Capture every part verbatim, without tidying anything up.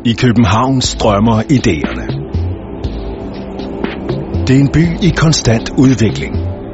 I København strømmer idéerne. Det er en by i konstant udvikling.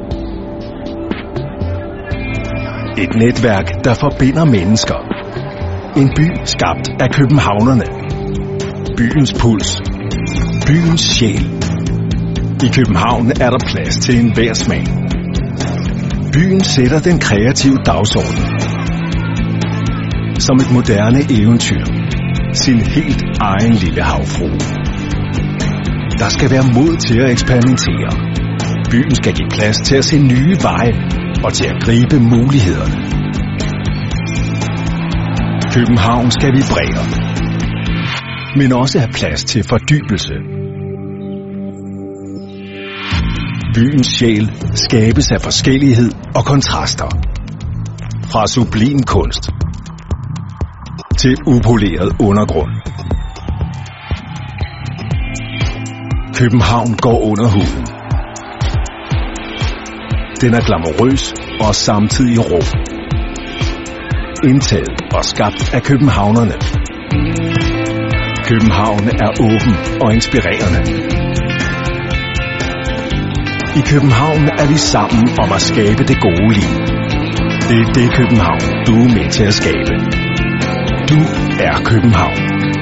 Et netværk, der forbinder mennesker. En by skabt af københavnerne. Byens puls. Byens sjæl. I København er der plads til enhver smag. Byen sætter den kreative dagsorden. Som et moderne eventyr. Sin helt egen lille havfrue. Der skal være mod til at eksperimentere. Byen skal give plads til at se nye veje og til at gribe mulighederne. København skal vibrere, men også have plads til fordybelse. Byens sjæl skabes af forskellighed og kontraster. Fra sublim kunst til upoleret undergrund. København går under huden. Den er glamourøs og samtidig rå. Indtaget og skabt af københavnerne. København er åben og inspirerende. I København er vi sammen om at skabe det gode liv. Det er det København, du er med til at skabe. Du er København.